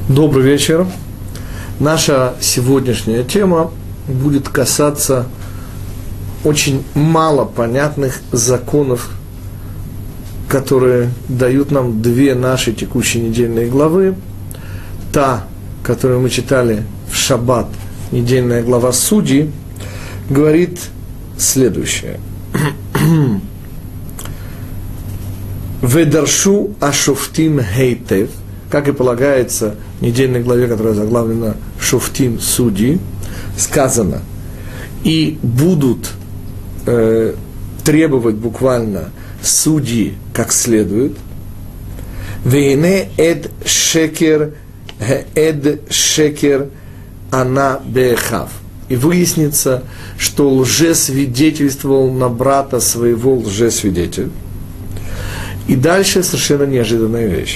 Добрый вечер. Наша сегодняшняя тема будет касаться очень мало понятных законов, которые дают нам две наши текущие недельные главы. Та, которую мы читали в шаббат, недельная глава Судей, говорит следующее. «Ведаршу ашофтим хейтев», как и полагается в недельной главе, которая заглавлена «Шофтим судьи», сказано, и будут требовать буквально судьи как следует. «Вейне эд шекер ана беэхав». И выяснится, что лжесвидетельствовал на брата своего лжесвидетель. И дальше совершенно неожиданная вещь.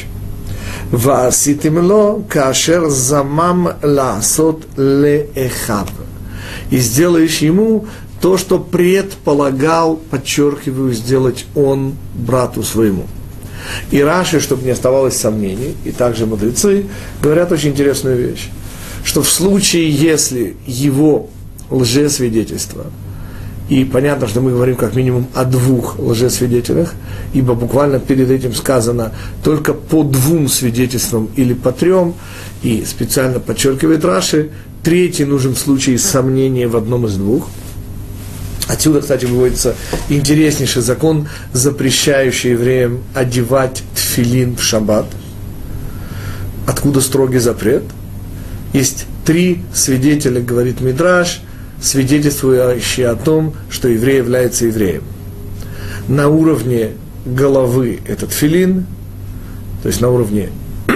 «Вааситимло кашер замам лаасот леэхав». И сделаешь ему то, что предполагал, подчеркиваю, сделать он брату своему. И Раши, чтобы не оставалось сомнений, и также мудрецы говорят очень интересную вещь, что в случае, если его лжесвидетельство, и понятно, что мы говорим как минимум о двух лжесвидетелях, ибо буквально перед этим сказано только по двум свидетельствам или по трем, и специально подчеркивает Раши, третий нужен в случае сомнения в одном из двух. Отсюда, кстати, выводится интереснейший закон, запрещающий евреям одевать тфилин в шаббат. Откуда строгий запрет? Есть три свидетеля, говорит Мидраш, свидетельствующие о том, что еврей является евреем. На уровне головы это тфилин, то есть на уровне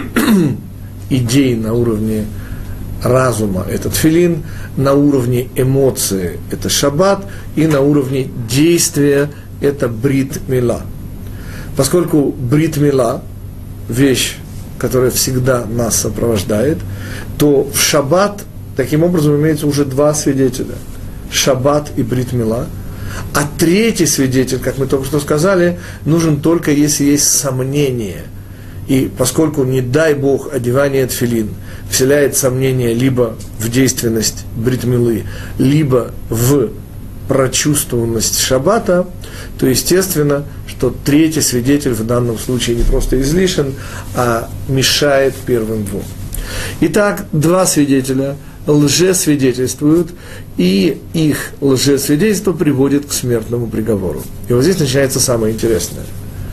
идей, на уровне разума это тфилин, на уровне эмоций это шаббат, и на уровне действия это брит мила. Поскольку брит мила – вещь, которая всегда нас сопровождает, то в шаббат таким образом имеется уже два свидетеля – шаббат и брит мила. А третий свидетель, как мы только что сказали, нужен только если есть сомнение. И поскольку, не дай Бог, одевание тфилин вселяет сомнение либо в действенность брит милы, либо в прочувствованность шаббата, то естественно, что третий свидетель в данном случае не просто излишен, а мешает первым двум. Итак, два свидетеля лжесвидетельствуют, и их лжесвидетельство приводит к смертному приговору. И вот здесь начинается самое интересное.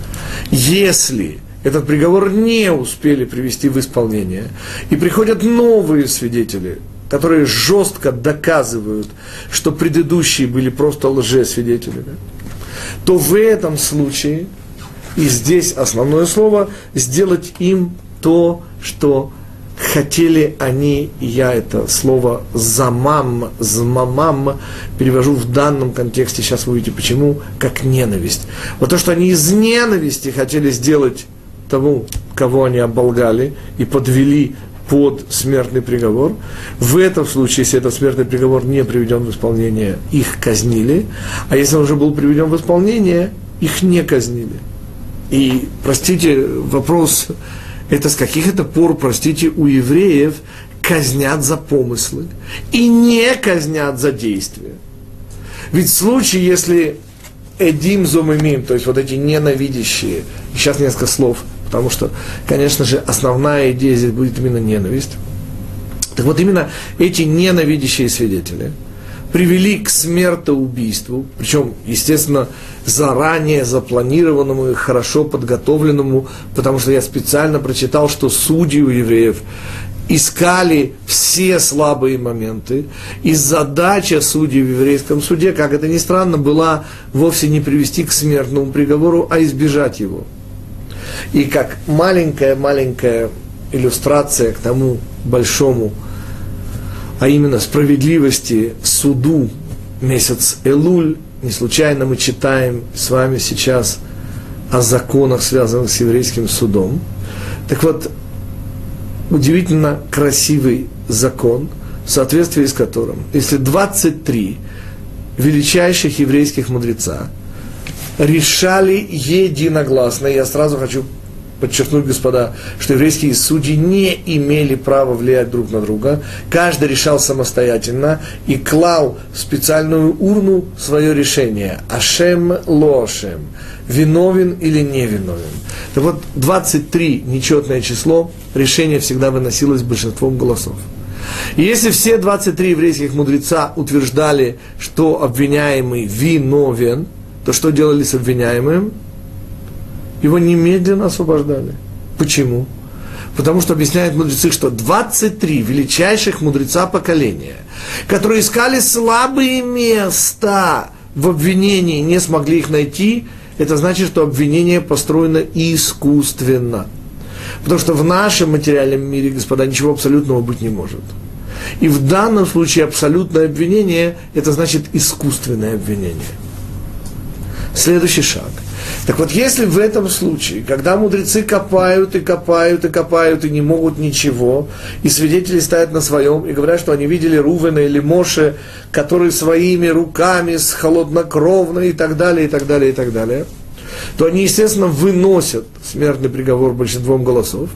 Если этот приговор не успели привести в исполнение, и приходят новые свидетели, которые жестко доказывают, что предыдущие были просто лжесвидетелями, то в этом случае, и здесь основное слово, сделать им то, что хотели они, я это слово замам, змамам перевожу в данном контексте, сейчас вы увидите почему, как ненависть. Вот то, что они из ненависти хотели сделать тому, кого они оболгали и подвели под смертный приговор, в этом случае, если этот смертный приговор не приведен в исполнение, их казнили, а если он уже был приведен в исполнение, их не казнили. И, простите, вопрос, это с каких это пор, простите, у евреев казнят за помыслы и не казнят за действия? Ведь в случае, если эдим зомимим, то есть вот эти ненавидящие, сейчас несколько слов, потому что, конечно же, основная идея здесь будет именно ненависть. Так вот, именно эти ненавидящие свидетели привели к смертоубийству, причем, естественно, заранее запланированному и хорошо подготовленному, потому что я специально прочитал, что судьи у евреев искали все слабые моменты, и задача судей в еврейском суде, как это ни странно, была вовсе не привести к смертному приговору, а избежать его. И как маленькая иллюстрация к тому большому, а именно справедливости суду месяц Элуль, не случайно мы читаем с вами сейчас о законах, связанных с еврейским судом. Так вот, удивительно красивый закон, в соответствии с которым, если 23 величайших еврейских мудреца решали единогласно, я сразу хочу подчеркнуть, господа, что еврейские судьи не имели права влиять друг на друга. Каждый решал самостоятельно и клал в специальную урну свое решение. Ашем лошем. Виновен или не виновен. Так вот, 23 нечетное число, решение всегда выносилось большинством голосов. И если все 23 еврейских мудреца утверждали, что обвиняемый виновен, то что делали с обвиняемым? Его немедленно освобождали. Почему? Потому что объясняют мудрецы, что 23 величайших мудреца поколения, которые искали слабые места в обвинении, не смогли их найти, это значит, что обвинение построено искусственно. Потому что в нашем материальном мире, господа, ничего абсолютного быть не может. И в данном случае абсолютное обвинение – это значит искусственное обвинение. Следующий шаг. Так вот, если в этом случае, когда мудрецы копают и копают и копают и не могут ничего, и свидетели стоят на своем и говорят, что они видели Рувена или Моше, которые своими руками, с холоднокровно и так далее, и так далее, и так далее, то они, естественно, выносят смертный приговор большинством голосов.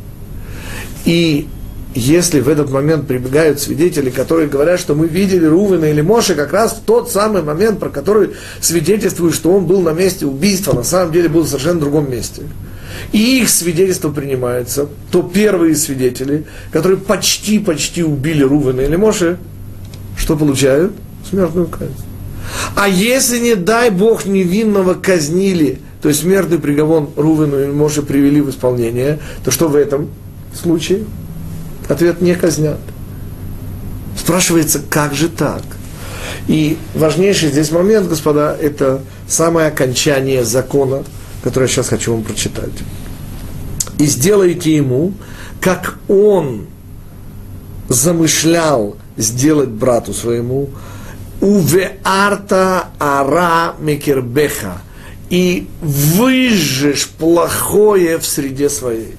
И если в этот момент прибегают свидетели, которые говорят, что мы видели Рувена или Моше как раз в тот самый момент, про который свидетельствует, что он был на месте убийства, на самом деле был в совершенно другом месте, и их свидетельство принимается, то первые свидетели, которые почти убили Рувена или Моше, что получают? Смертную казнь. А если, не дай Бог, невинного казнили, то есть смертный приговор Рувену или Моше привели в исполнение, то что в этом случае? Ответ: не казнят. Спрашивается, как же так? И важнейший здесь момент, господа, это самое окончание закона, которое я сейчас хочу вам прочитать. «И сделайте ему, как он замышлял сделать брату своему, увеарта ара мекербеха, и выжжешь плохое в среде своей».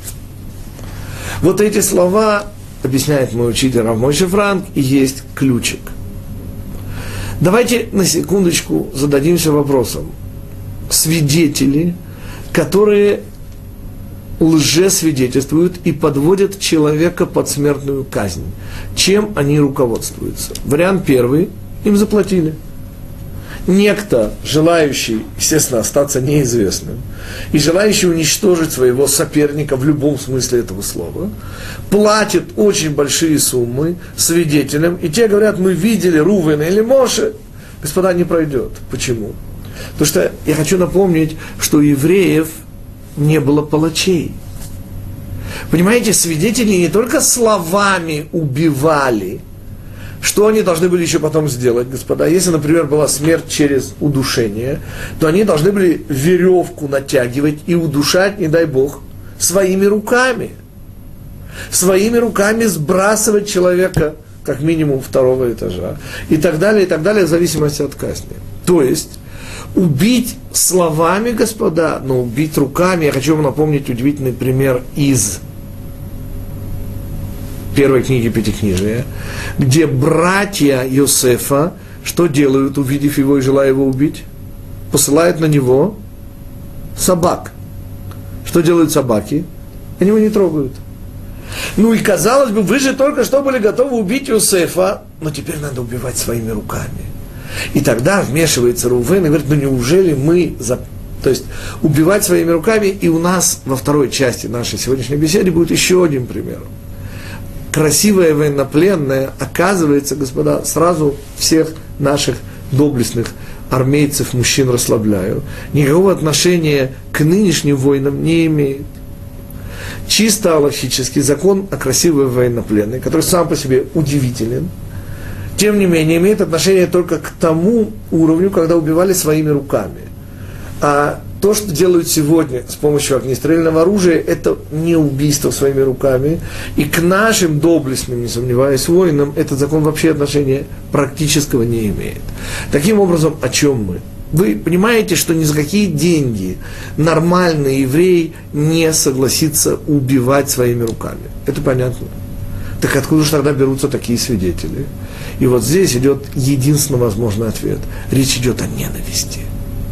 Вот эти слова, объясняет мой учитель Рав Мойше Франк, и есть ключик. Давайте на секундочку зададимся вопросом. Свидетели, которые лжесвидетельствуют и подводят человека под смертную казнь, чем они руководствуются? Вариант первый: им заплатили. Некто, желающий, естественно, остаться неизвестным, и желающий уничтожить своего соперника в любом смысле этого слова, платит очень большие суммы свидетелям, и те говорят: мы видели Рувена или Моше. Господа, не пройдет. Почему? Потому что я хочу напомнить, что у евреев не было палачей. Понимаете, свидетели не только словами убивали. Что они должны были еще потом сделать, господа? Если, например, была смерть через удушение, то они должны были веревку натягивать и удушать, не дай Бог, своими руками. Своими руками сбрасывать человека, как минимум, второго этажа. И так далее, в зависимости от казни. То есть, убить словами, господа, но убить руками. Я хочу вам напомнить удивительный пример из первой книги Пятикнижия, где братья Йосефа что делают, увидев его и желая его убить? Посылают на него собак. Что делают собаки? Они его не трогают. Ну и казалось бы, вы же только что были готовы убить Йосефа, но теперь надо убивать своими руками. И тогда вмешивается Рувен и говорит: ну неужели мы То есть убивать своими руками, и у нас во второй части нашей сегодняшней беседы будет еще один пример. Красивая военнопленная, оказывается, господа, сразу всех наших доблестных армейцев, мужчин расслабляю, никакого отношения к нынешним воинам не имеет. Чисто алахический закон о красивой военнопленной, который сам по себе удивителен, тем не менее имеет отношение только к тому уровню, когда убивали своими руками. А то, что делают сегодня с помощью огнестрельного оружия, это не убийство своими руками. И к нашим доблестным, не сомневаюсь, воинам этот закон вообще отношения практического не имеет. Таким образом, о чем мы? Вы понимаете, что ни за какие деньги нормальный еврей не согласится убивать своими руками. Это понятно. Так откуда же тогда берутся такие свидетели? И вот здесь идет единственно возможный ответ. Речь идет о ненависти.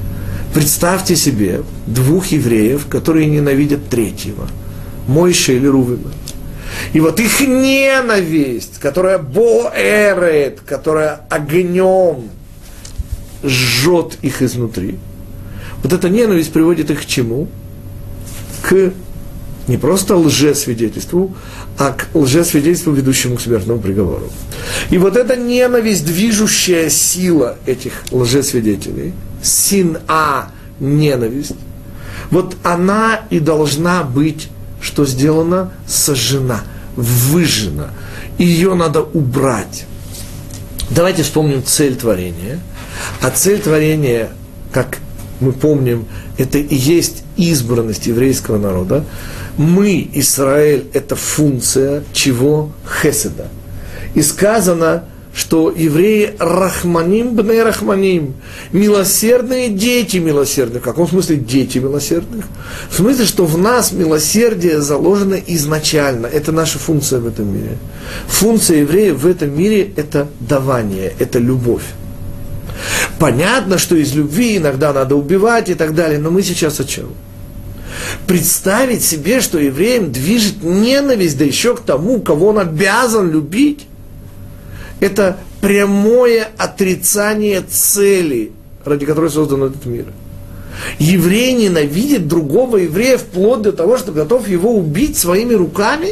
Представьте себе двух евреев, которые ненавидят третьего, Мойше или Рувена. И вот их ненависть, которая боэрет, которая огнем жжет их изнутри, вот эта ненависть приводит их к чему? К не просто лжесвидетельству, а к лжесвидетельству, ведущему к смертному приговору. И вот эта ненависть, движущая сила этих лжесвидетелей, син-а, ненависть, вот она и должна быть, что сделано, сожжена, выжжена. Ее надо убрать. Давайте вспомним цель творения. А цель творения, как мы помним, это и есть избранность еврейского народа. Мы, Израиль, это функция чего? Хеседа. И сказано, что евреи рахманим бней рахманим, милосердные дети милосердных. В каком смысле дети милосердных? В смысле, что в нас милосердие заложено изначально. Это наша функция в этом мире. Функция евреев в этом мире – это давание, это любовь. Понятно, что из любви иногда надо убивать и так далее, но мы сейчас о чем? Представить себе, что евреям движет ненависть, да еще к тому, кого он обязан любить, это прямое отрицание цели, ради которой создан этот мир. Еврей ненавидит другого еврея вплоть до того, что готов его убить своими руками?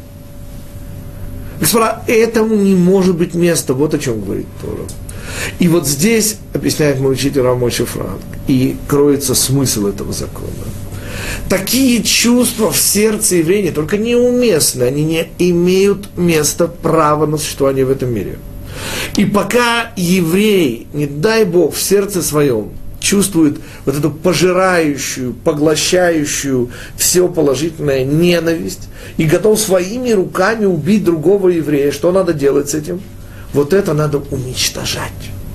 Господа, этому не может быть места. Вот о чем говорит Тора. И вот здесь, объясняет мой учитель Рав Мойше Франк, и кроется смысл этого закона. Такие чувства в сердце еврея не только неуместны, они не имеют места, права на существование в этом мире. И пока еврей, не дай Бог, в сердце своем чувствует вот эту пожирающую, поглощающую все положительное ненависть и готов своими руками убить другого еврея, что надо делать с этим? Вот это надо уничтожать.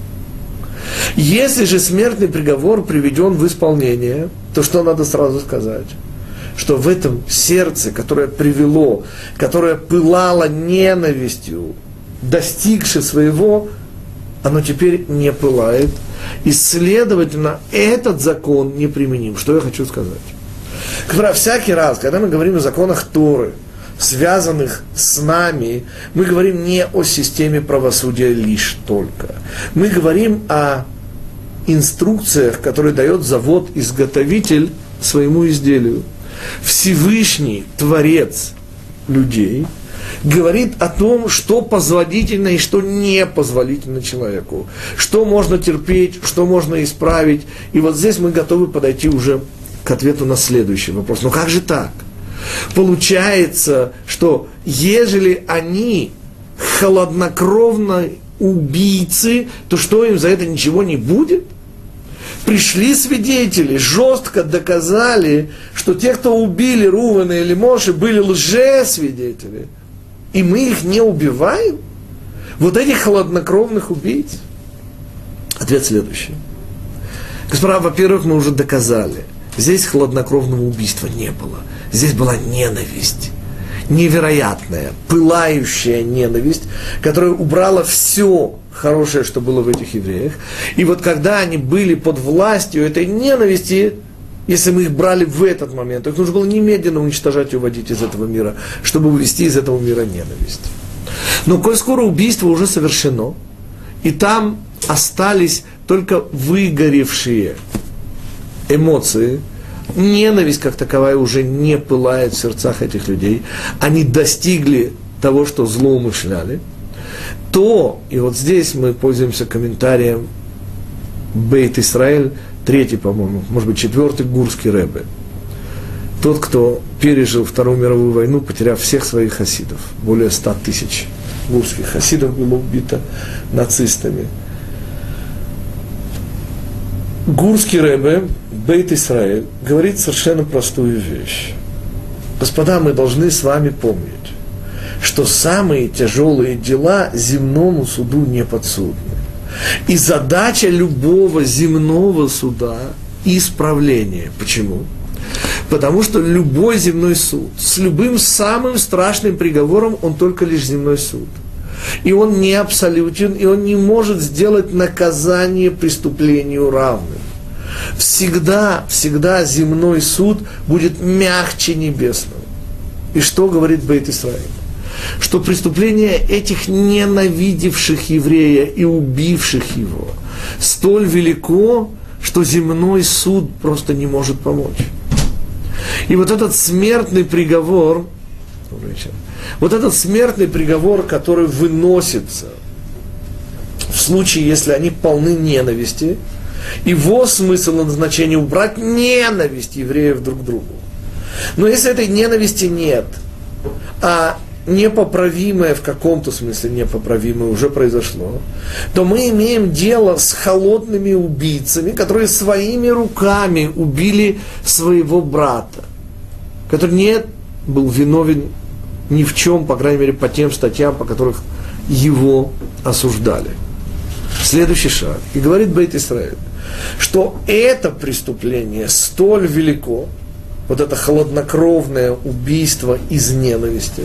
Если же смертный приговор приведен в исполнение, то что надо сразу сказать? Что в этом сердце, которое привело, которое пылало ненавистью, достигшее своего, оно теперь не пылает. И, следовательно, этот закон неприменим. Что я хочу сказать? Всякий раз, когда мы говорим о законах Торы, связанных с нами, мы говорим не о системе правосудия лишь только. Мы говорим о инструкциях, которые дает завод-изготовитель своему изделию. Всевышний Творец людей говорит о том, что позволительно и что не позволительно человеку, что можно терпеть, что можно исправить. И вот здесь мы готовы подойти уже к ответу на следующий вопрос. Но как же так? Получается, что ежели они холоднокровно убийцы, то что им за это ничего не будет? Пришли свидетели, жестко доказали, что те, кто убили Рувена или Моше, были лжесвидетели. И мы их не убиваем? Вот этих холоднокровных убийц? Ответ следующий. Господа, во-первых, мы уже доказали. Здесь хладнокровного убийства не было. Здесь была ненависть. Невероятная, пылающая ненависть, которая убрала все хорошее, что было в этих евреях. И вот когда они были под властью этой ненависти, если мы их брали в этот момент, то их нужно было немедленно уничтожать и уводить из этого мира, чтобы увести из этого мира ненависть. Но коль скоро убийство уже совершено, и там остались только выгоревшие эмоции, ненависть как таковая уже не пылает в сердцах этих людей, они достигли того, что злоумышляли, то, и вот здесь мы пользуемся комментарием Бейт Исраэль, 3-й, по-моему, может быть, 4-й гурский ребе, тот, кто пережил Вторую мировую войну, потеряв всех своих хасидов, более 100 тысяч гурских хасидов было убито нацистами. Гурский ребе, Бейт Исраэль, говорит совершенно простую вещь. Господа, мы должны с вами помнить, что самые тяжелые дела земному суду не подсудны. И задача любого земного суда – исправление. Почему? Потому что любой земной суд с любым самым страшным приговором, он только лишь земной суд. И он не абсолютен, и он не может сделать наказание преступлению равным. Всегда, всегда земной суд будет мягче небесного. И что говорит Бейт Исраэль? Что преступление этих ненавидевших еврея и убивших его столь велико, что земной суд просто не может помочь. И вот этот смертный приговор, который выносится в случае, если они полны ненависти, его смысл и назначение убрать ненависть евреев друг к другу. Но если этой ненависти нет, а непоправимое в каком-то смысле непоправимое уже произошло, то мы имеем дело с холодными убийцами, которые своими руками убили своего брата, который не был виновен ни в чем, по крайней мере, по тем статьям, по которых его осуждали. Следующий шаг. И говорит Бейт Исраэль, что это преступление столь велико, вот это холоднокровное убийство из ненависти,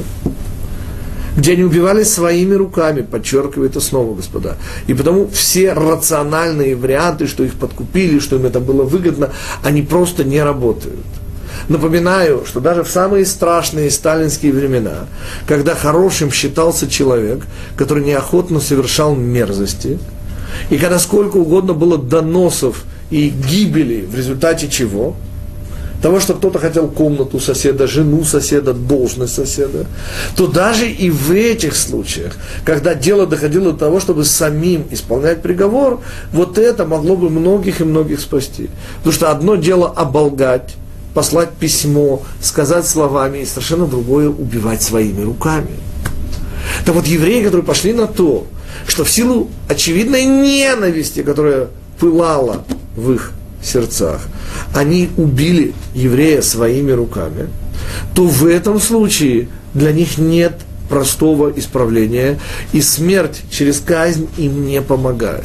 где они убивали своими руками, подчеркиваю это снова, господа. И потому все рациональные варианты, что их подкупили, что им это было выгодно, они просто не работают. Напоминаю, что даже в самые страшные сталинские времена, когда хорошим считался человек, который неохотно совершал мерзости, и когда сколько угодно было доносов и гибели, в результате чего? Того, что кто-то хотел комнату соседа, жену соседа, должность соседа, то даже и в этих случаях, когда дело доходило до того, чтобы самим исполнять приговор, вот это могло бы многих и многих спасти. Потому что одно дело оболгать, послать письмо, сказать словами, и совершенно другое убивать своими руками. Так вот, евреи, которые пошли на то, что в силу очевидной ненависти, которая пылала в их сердцах, они убили еврея своими руками, то в этом случае для них нет простого исправления, и смерть через казнь им не помогает.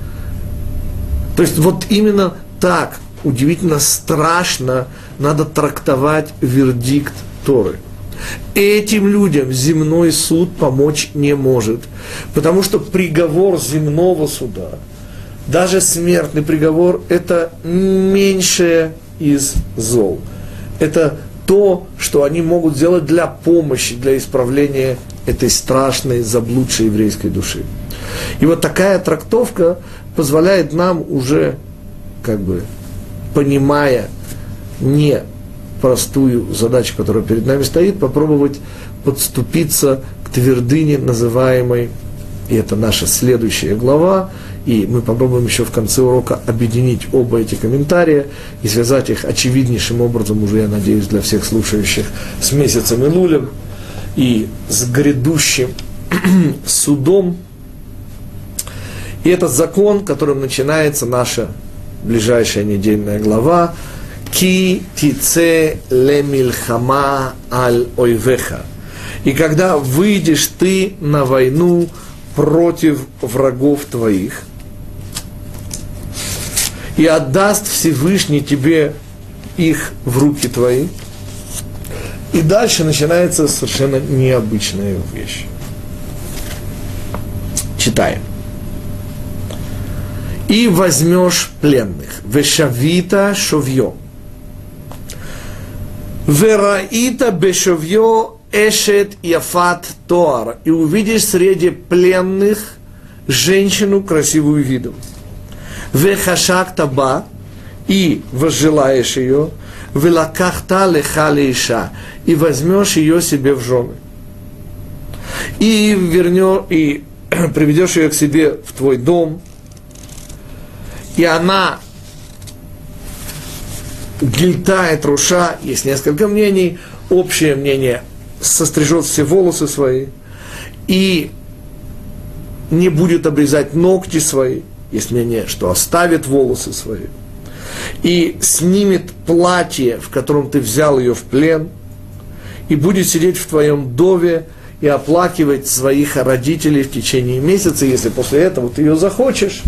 То есть вот именно так удивительно страшно надо трактовать вердикт Торы. Этим людям земной суд помочь не может, потому что приговор земного суда, даже смертный приговор, это меньшее из зол. Это то, что они могут сделать для помощи, для исправления этой страшной, заблудшей еврейской души. И вот такая трактовка позволяет нам уже, понимая не простую задачу, которая перед нами стоит, попробовать подступиться к твердыне, называемой, и это наша следующая глава, и мы попробуем еще в конце урока объединить оба эти комментария и связать их очевиднейшим образом, уже, я надеюсь, для всех слушающих, с месяцем Илулем и с грядущим судом. И этот закон, которым начинается наша ближайшая недельная глава, «Ки тице ле мильхама аль ойвеха». И когда выйдешь ты на войну против врагов твоих, и отдаст Всевышний тебе их в руки твои. И дальше начинается совершенно необычная вещь. Читаем. И возьмешь пленных. Вешавита шовьё. Вераита бешовьё эшет яфат тоар. И увидишь среди пленных женщину красивую видом. Вехашак таба, и возжелаешь ее, велакахта леха лейша, и возьмешь ее себе в жены. И приведешь ее к себе в твой дом, и она гильтает руша, есть несколько мнений, общее мнение, сострижет все волосы свои, и не будет обрезать ногти свои, есть мнение, что оставит волосы свои, и снимет платье, в котором ты взял ее в плен, и будет сидеть в твоем доме и оплакивать своих родителей в течение месяца, если после этого ты ее захочешь.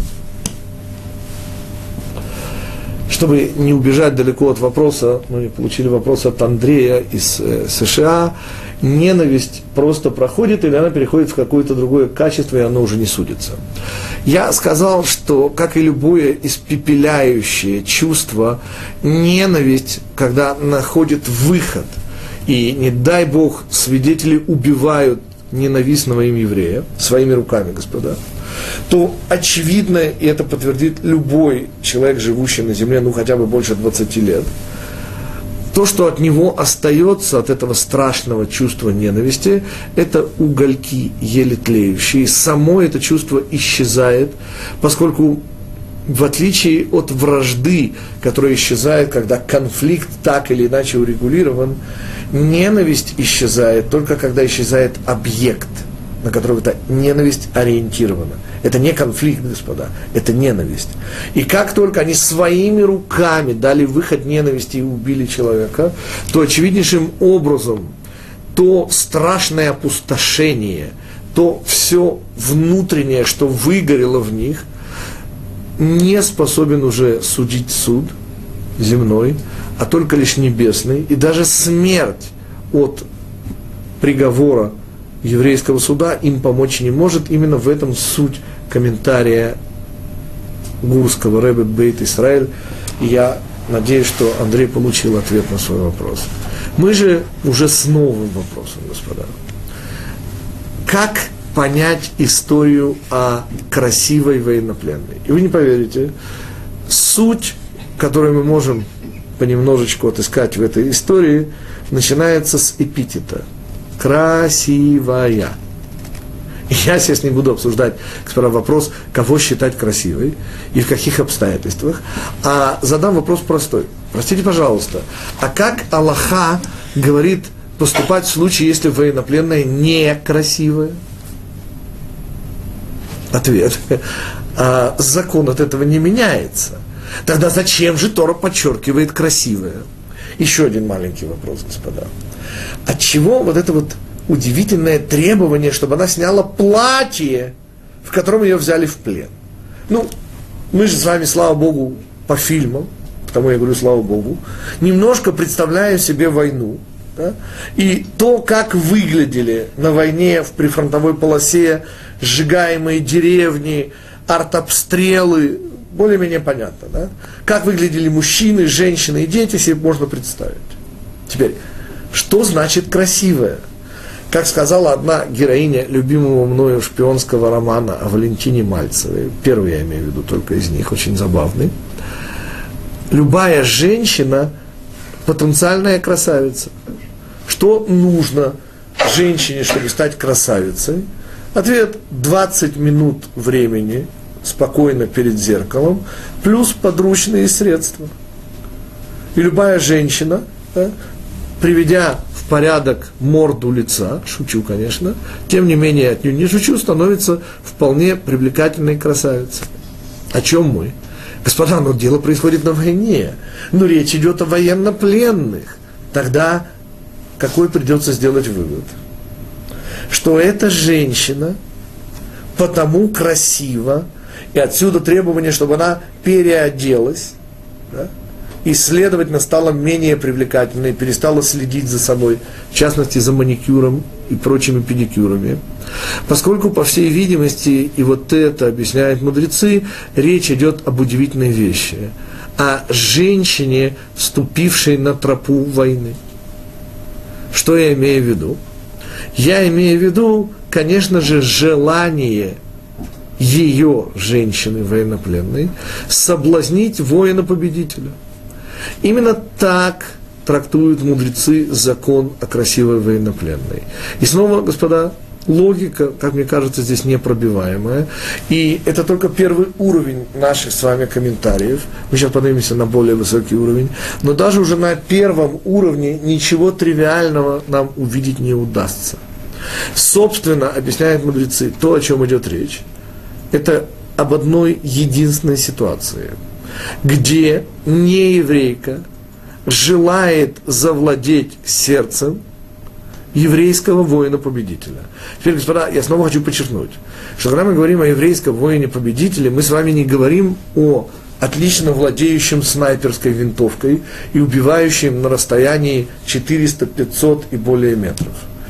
Чтобы не убежать далеко от вопроса, мы получили вопрос от Андрея из США, ненависть просто проходит, или она переходит в какое-то другое качество, и оно уже не судится. Я сказал, что, как и любое испепеляющее чувство, ненависть, когда находит выход, и, не дай Бог, свидетели убивают ненавистного им еврея своими руками, господа, то очевидно, и это подтвердит любой человек, живущий на земле, хотя бы больше 20 лет, то, что от него остается, от этого страшного чувства ненависти, это угольки еле тлеющие. Само это чувство исчезает, поскольку в отличие от вражды, которая исчезает, когда конфликт так или иначе урегулирован, ненависть исчезает только когда исчезает объект, на которого эта ненависть ориентирована. Это не конфликт, господа, это ненависть. И как только они своими руками дали выход ненависти и убили человека, то очевиднейшим образом то страшное опустошение, то все внутреннее, что выгорело в них, не способен уже судить суд земной, а только лишь небесный. И даже смерть от приговора еврейского суда им помочь не может. Именно в этом суть комментария гурского Ребе Бейт Исраэль. И я надеюсь, что Андрей получил ответ на свой вопрос. Мы же уже с новым вопросом, господа. Как понять историю о красивой военнопленной? И вы не поверите, суть, которую мы можем понемножечку отыскать в этой истории, начинается с эпитета «красивая». Я сейчас не буду обсуждать, господа, вопрос, кого считать красивой и в каких обстоятельствах, а задам вопрос простой. Простите, пожалуйста, а как Аллаха говорит поступать в случае, если военнопленная некрасивая? Ответ. Закон от этого не меняется. Тогда зачем же Тора подчеркивает красивое? Еще один маленький вопрос, господа. Отчего вот это вот удивительное требование, чтобы она сняла платье, в котором ее взяли в плен? Мы же с вами, слава Богу, по фильмам, потому я говорю, слава Богу, немножко представляем себе войну, да? И то, как выглядели на войне в прифронтовой полосе сжигаемые деревни, артобстрелы, более-менее понятно, да? Как выглядели мужчины, женщины и дети, себе можно представить. Теперь, что значит красивое? Как сказала одна героиня любимого мною шпионского романа о Валентине Мальцевой, первый я имею в виду только из них, очень забавный, любая женщина – потенциальная красавица. Что нужно женщине, чтобы стать красавицей? Ответ – 20 минут времени спокойно перед зеркалом, плюс подручные средства. И любая женщина, да, приведя в порядок морду лица, шучу, конечно, тем не менее отнюдь не шучу, становится вполне привлекательной красавицей. О чем мы? Господа, но дело происходит на войне, но речь идет о военнопленных. Тогда какой придется сделать вывод? Что эта женщина потому красива, и отсюда требование, чтобы она переоделась, да, и, следовательно, стала менее привлекательной, перестала следить за собой, в частности, за маникюром и прочими педикюрами. Поскольку, по всей видимости, и вот это объясняют мудрецы, речь идет об удивительной вещи, о женщине, вступившей на тропу войны. Что я имею в виду? Я имею в виду, конечно же, желание ее, женщины военнопленной, соблазнить воина-победителя. Именно так трактуют мудрецы закон о красивой военнопленной. И снова, господа, логика, как мне кажется, здесь непробиваемая. И это только первый уровень наших с вами комментариев. Мы сейчас поднимемся на более высокий уровень. Но даже уже на первом уровне ничего тривиального нам увидеть не удастся. Собственно, объясняют мудрецы, то, о чем идет речь, это об одной единственной ситуации, где нееврейка желает завладеть сердцем еврейского воина-победителя. Теперь, господа, я снова хочу подчеркнуть, что когда мы говорим о еврейском воине-победителе, мы с вами не говорим о отлично владеющем снайперской винтовкой и убивающем на расстоянии 400, 500 и более метров.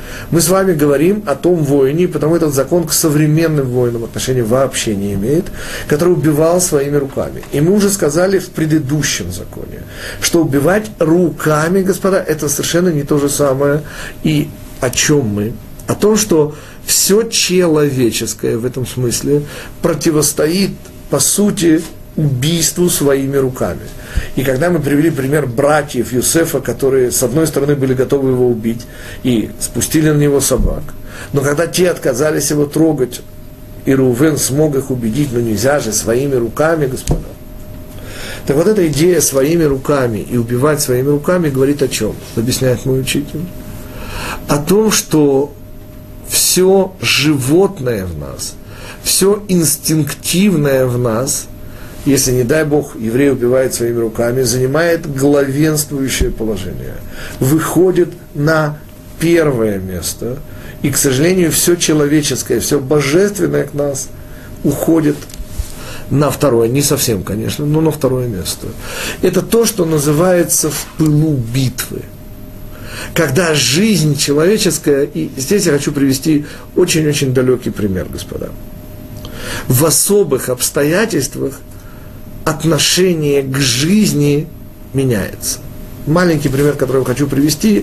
Мы с вами говорим о том воине, потому этот закон к современным воинам отношения вообще не имеет, который убивал своими руками. И мы уже сказали в предыдущем законе, что убивать руками, господа, это совершенно не то же самое. И о чем мы? О том, что все человеческое в этом смысле противостоит, по сути, убийству своими руками. И когда мы привели пример братьев Юсефа, которые, с одной стороны, были готовы его убить и спустили на него собак, но когда те отказались его трогать, и Рувен смог их убедить, но нельзя же своими руками, господа. Так вот эта идея своими руками и убивать своими руками говорит о чем? Объясняет мой учитель. О том, что все животное в нас, все инстинктивное в нас, если, не дай Бог, еврей убивает своими руками, занимает главенствующее положение, выходит на первое место, и, к сожалению, все человеческое, все божественное к нас уходит на второе, не совсем, конечно, но на второе место. Это то, что называется в пылу битвы. Когда жизнь человеческая, и здесь я хочу привести очень-очень далекий пример, господа. В особых обстоятельствах отношение к жизни меняется. Маленький пример, который я хочу привести.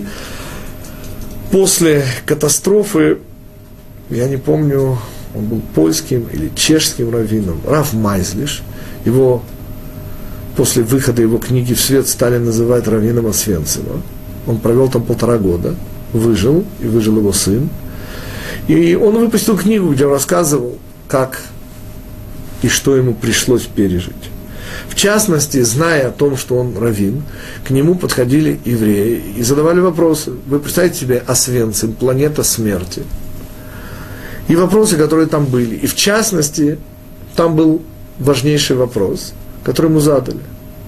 После катастрофы, я не помню, он был польским или чешским раввином, Рав Майзлиш, его, после выхода его книги в свет стали называть раввином Освенцима. Он провел там 1,5 года, выжил, и выжил его сын. И он выпустил книгу, где он рассказывал, как и что ему пришлось пережить. В частности, зная о том, что он раввин, к нему подходили евреи и задавали вопросы. Вы представляете себе Освенцим, планета смерти. И вопросы, которые там были. И в частности, там был важнейший вопрос, который ему задали.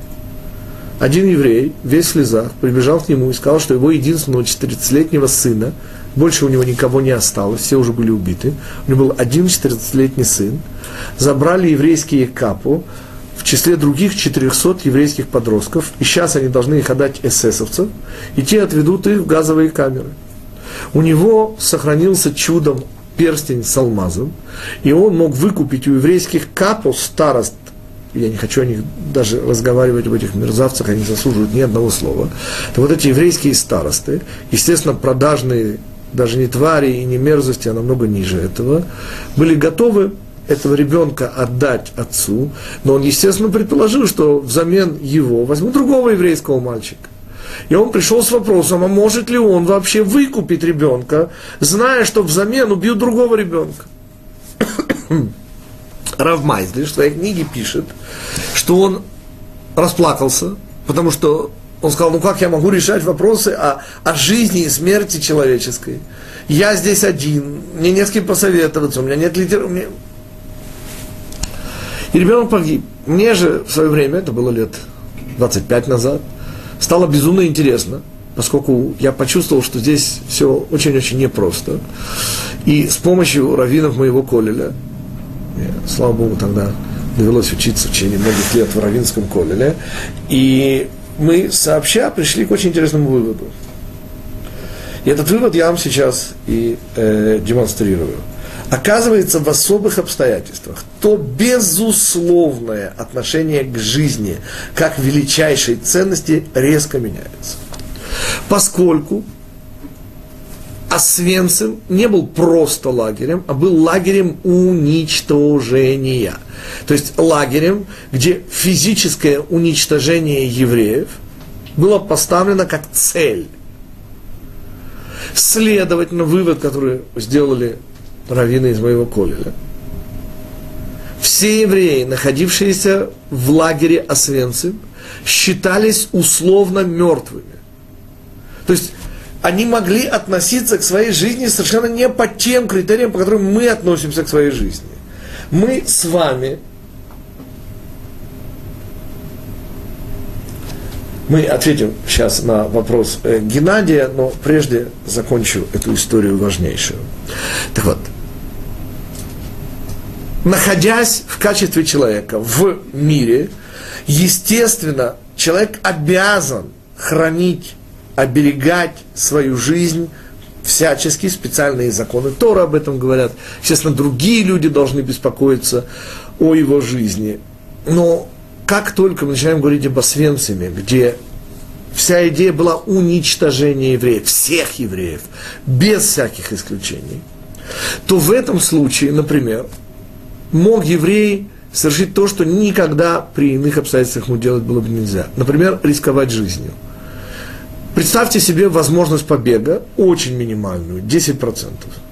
Один еврей, весь в слезах, прибежал к нему и сказал, что его единственного 14-летнего сына, больше у него никого не осталось, все уже были убиты, у него был один 14-летний сын, забрали еврейские капу, в числе других 400 еврейских подростков, и сейчас они должны их отдать эсэсовцам, и те отведут их в газовые камеры. У него сохранился чудом перстень с алмазом, и он мог выкупить у еврейских капо старост, я не хочу о них даже разговаривать, об этих мерзавцах, они не заслуживают ни одного слова, то вот эти еврейские старосты, естественно, продажные, даже не твари и не мерзости, а намного ниже этого, были готовы этого ребенка отдать отцу, но он, естественно, предположил, что взамен его возьмут другого еврейского мальчика. И он пришел с вопросом, а может ли он вообще выкупить ребенка, зная, что взамен убьют другого ребенка. Рав Майзлиш в своей книге пишет, что он расплакался, потому что он сказал, ну как я могу решать вопросы о жизни и смерти человеческой? Я здесь один, мне не с кем посоветоваться, у меня нет литературы. И ребенок погиб. Мне же в свое время, это было лет 25 назад, стало безумно интересно, поскольку я почувствовал, что здесь все очень-очень непросто. И с помощью раввинов моего коллеля, мне, слава Богу, тогда довелось учиться в течение многих лет в раввинском коллеле, и мы сообща пришли к очень интересному выводу. И этот вывод я вам сейчас и демонстрирую. Оказывается, в особых обстоятельствах то безусловное отношение к жизни, как величайшей ценности, резко меняется. Поскольку Освенцим не был просто лагерем, а был лагерем уничтожения. То есть лагерем, где физическое уничтожение евреев было поставлено как цель. Следовательно, вывод, который сделали раввины из моего коллеля. Все евреи, находившиеся в лагере Освенцим, считались условно мертвыми. То есть они могли относиться к своей жизни совершенно не по тем критериям, по которым мы относимся к своей жизни. Мы с вами, мы ответим сейчас на вопрос Геннадия, но прежде закончу эту историю важнейшую. Так вот, находясь в качестве человека в мире, естественно, человек обязан хранить, оберегать свою жизнь всячески, специальные законы Тора об этом говорят. Естественно, другие люди должны беспокоиться о его жизни. Но как только мы начинаем говорить об Освенциме, где вся идея была уничтожения евреев, всех евреев, без всяких исключений, то в этом случае, например, мог еврей совершить то, что никогда при иных обстоятельствах ему делать было бы нельзя. Например, рисковать жизнью. Представьте себе возможность побега, очень минимальную, 10%.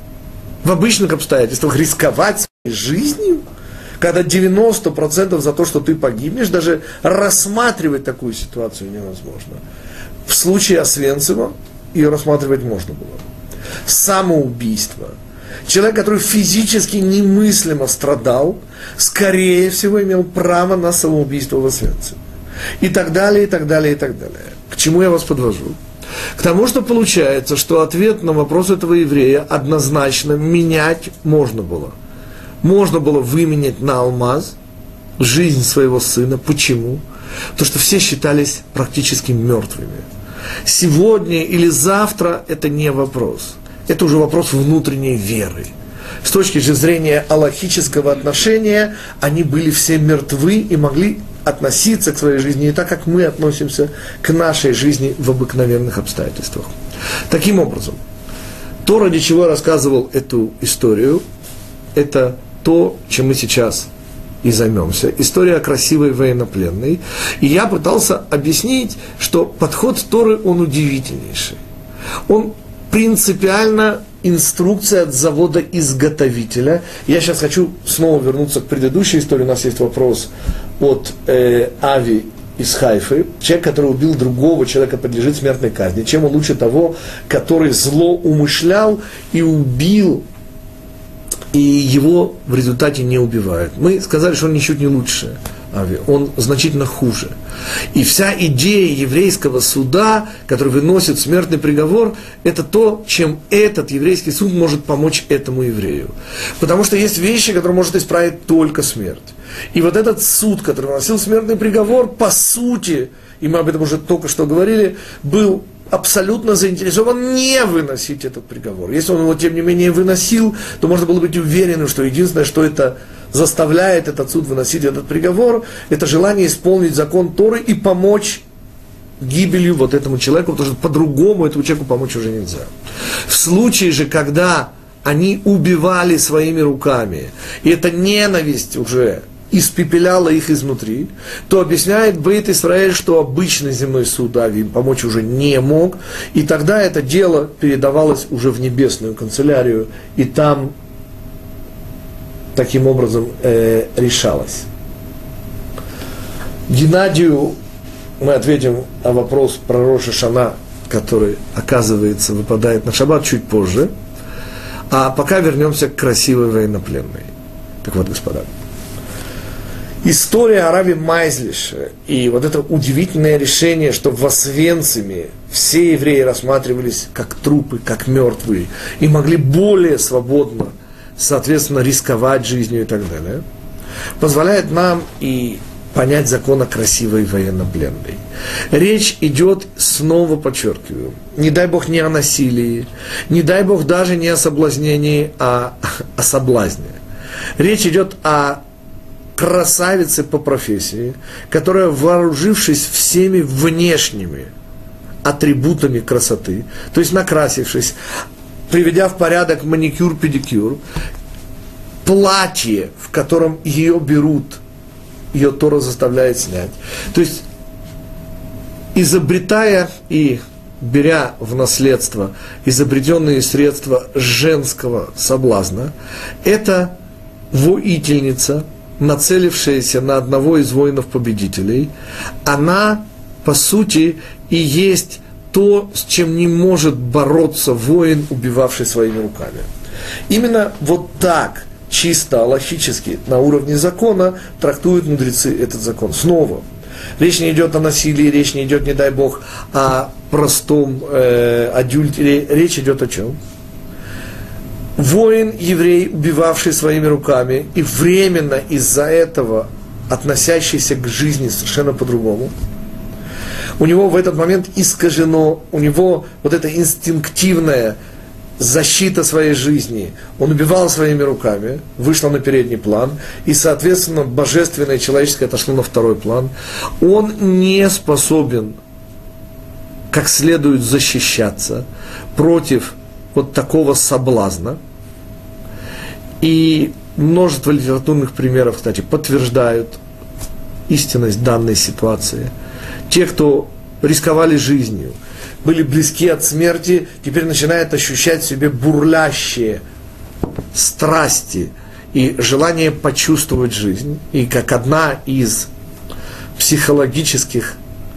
В обычных обстоятельствах рисковать своей жизнью, когда 90% за то, что ты погибнешь, даже рассматривать такую ситуацию невозможно. В случае Освенцима ее рассматривать можно было. Самоубийство. Человек, который физически немыслимо страдал, скорее всего, имел право на самоубийство в Освенциме. И так далее, и так далее, и так далее. К чему я вас подвожу? К тому, что получается, что ответ на вопрос этого еврея однозначно менять можно было. Можно было выменять на алмаз жизнь своего сына. Почему? Потому что все считались практически мертвыми. Сегодня или завтра это не вопрос. Это уже вопрос внутренней веры. С точки же зрения аллахического отношения, они были все мертвы и могли относиться к своей жизни не так, как мы относимся к нашей жизни в обыкновенных обстоятельствах. Таким образом, то, ради чего я рассказывал эту историю, это то, чем мы сейчас и займемся. История красивой военнопленной. И я пытался объяснить, что подход Торы, он удивительнейший. Он принципиально инструкция от завода-изготовителя. Я сейчас хочу снова вернуться к предыдущей истории. У нас есть вопрос от Ави из Хайфы. Человек, который убил другого человека, подлежит смертной казни. Чем он лучше того, который зло умышлял и убил, и его в результате не убивают. Мы сказали, что он ничуть не лучше Ави, он значительно хуже. И вся идея еврейского суда, который выносит смертный приговор, это то, чем этот еврейский суд может помочь этому еврею. Потому что есть вещи, которые может исправить только смерть. И вот этот суд, который выносил смертный приговор, по сути, и мы об этом уже только что говорили, был абсолютно заинтересован не выносить этот приговор. Если он его, тем не менее, выносил, то можно было быть уверенным, что единственное, что это заставляет этот суд выносить этот приговор, это желание исполнить закон Торы и помочь гибелью вот этому человеку, потому что по-другому этому человеку помочь уже нельзя. В случае же, когда они убивали своими руками, и эта ненависть уже испепеляла их изнутри, то объясняет Бейт Исраэль, что обычный земной суд Ави им помочь уже не мог, и тогда это дело передавалось уже в небесную канцелярию, и там таким образом решалось. Геннадию мы ответим на вопрос про Рош ха-Шана, который, оказывается, выпадает на шаббат чуть позже, а пока вернемся к красивой военнопленной. Так вот, господа, история о Раве Майзлише и вот это удивительное решение, что в Освенциме все евреи рассматривались как трупы, как мертвые, и могли более свободно, соответственно, рисковать жизнью и так далее, позволяет нам и понять закон о красивой военнопленной. Речь идет, снова подчеркиваю, не дай Бог не о насилии, не дай Бог даже не о соблазнении, а о соблазне. Речь идет о красавице по профессии, которая, вооружившись всеми внешними атрибутами красоты, то есть накрасившись, приведя в порядок маникюр, педикюр, платье, в котором ее берут, ее Тора заставляет снять. То есть, изобретая и беря в наследство изобретенные средства женского соблазна, это воительница, нацелившаяся на одного из воинов-победителей, она, по сути, и есть то, с чем не может бороться воин, убивавший своими руками. Именно вот так, чисто алахически, на уровне закона, трактуют мудрецы этот закон. Снова, речь не идет о насилии, речь не идет, не дай Бог, о простом адюльтере, речь идет о чем? Воин, еврей, убивавший своими руками, и временно из-за этого относящийся к жизни совершенно по-другому, у него в этот момент искажено, у него вот это инстинктивное защита своей жизни, он убивал своими руками, вышло на передний план, и, соответственно, божественное и человеческое отошло на второй план, он не способен как следует защищаться против вот такого соблазна. И множество литературных примеров, кстати, подтверждают истинность данной ситуации. Те, кто рисковали жизнью, были близки от смерти, теперь начинают ощущать в себе бурлящие страсти и желание почувствовать жизнь. И как одна из психологических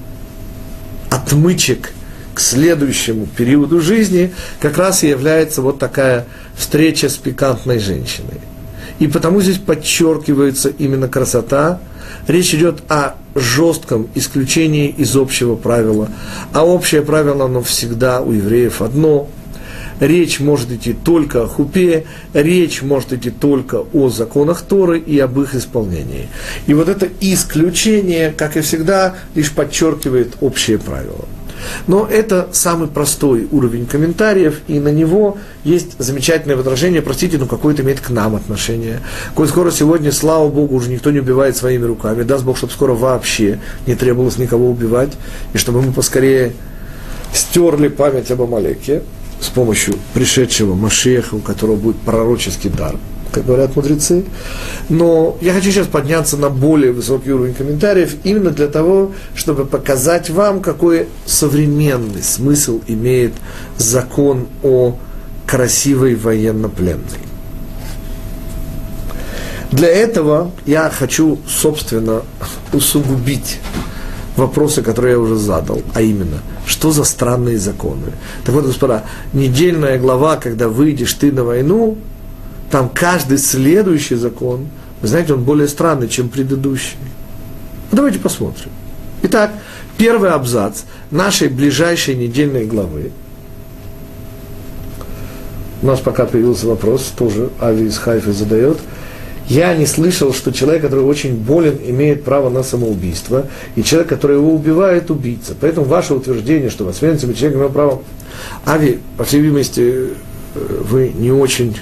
отмычек к следующему периоду жизни как раз и является вот такая встреча с пикантной женщиной. И потому здесь подчеркивается именно красота. Речь идет о жестком исключении из общего правила. А общее правило, оно всегда у евреев одно. Речь может идти только о хупе, речь может идти только о законах Торы и об их исполнении. И вот это исключение, как и всегда, лишь подчеркивает общее правило. Но это самый простой уровень комментариев, и на него есть замечательное возражение, простите, но какое-то имеет к нам отношение. Коль скоро сегодня, слава Богу, уже никто не убивает своими руками, даст Бог, чтобы скоро вообще не требовалось никого убивать, и чтобы мы поскорее стерли память об Амалеке с помощью пришедшего Машиаха, у которого будет пророческий дар, как говорят мудрецы. Но я хочу сейчас подняться на более высокий уровень комментариев, именно для того, чтобы показать вам, какой современный смысл имеет закон о красивой военнопленной. Для этого я хочу, собственно, усугубить вопросы, которые я уже задал, а именно, что за странные законы. Так вот, господа, недельная глава, когда выйдешь ты на войну, там каждый следующий закон, вы знаете, он более странный, чем предыдущий. Давайте посмотрим. Итак, первый абзац нашей ближайшей недельной главы. У нас пока появился вопрос, тоже Ави из Хайфы задает. Я не слышал, что человек, который очень болен, имеет право на самоубийство, и человек, который его убивает, убийца. Поэтому ваше утверждение, что воспитанный человек имеет право... Ави, по всей видимости, вы не очень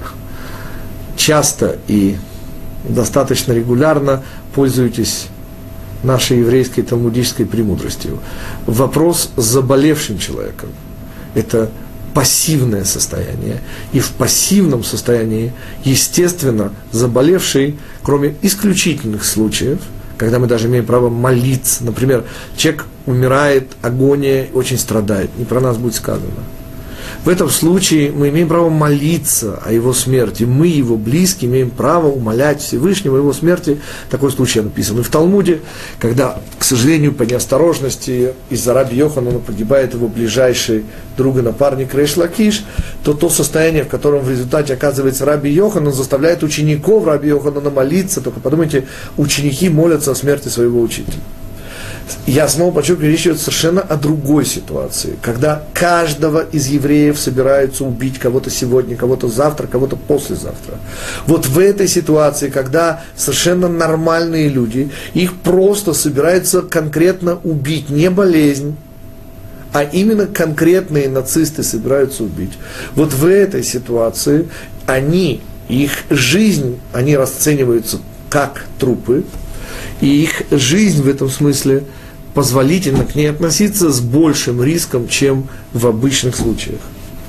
часто и достаточно регулярно пользуетесь нашей еврейской талмудической премудростью. Вопрос с заболевшим человеком – это пассивное состояние. И в пассивном состоянии, естественно, заболевший, кроме исключительных случаев, когда мы даже имеем право молиться, например, человек умирает, агония, очень страдает, не про нас будет сказано. В этом случае мы имеем право молиться о его смерти. Мы, его близкие, имеем право умолять Всевышнего о его смерти. Такой случай написан и в Талмуде, когда, к сожалению, по неосторожности из-за раби Йоханана погибает его ближайший друг и напарник Рейш Лакиш, то состояние, в котором в результате оказывается раби Йоханан, заставляет учеников раби Йоханана молиться. Только подумайте, ученики молятся о смерти своего учителя. Я снова подчеркиваю, речь идет совершенно о другой ситуации, когда каждого из евреев собираются убить кого-то сегодня, кого-то завтра, кого-то послезавтра. Вот в этой ситуации, когда совершенно нормальные люди, их просто собираются конкретно убить, не болезнь, а именно конкретные нацисты собираются убить. Вот в этой ситуации их жизнь, они расцениваются как трупы, и их жизнь в этом смысле позволительно к ней относиться с большим риском, чем в обычных случаях.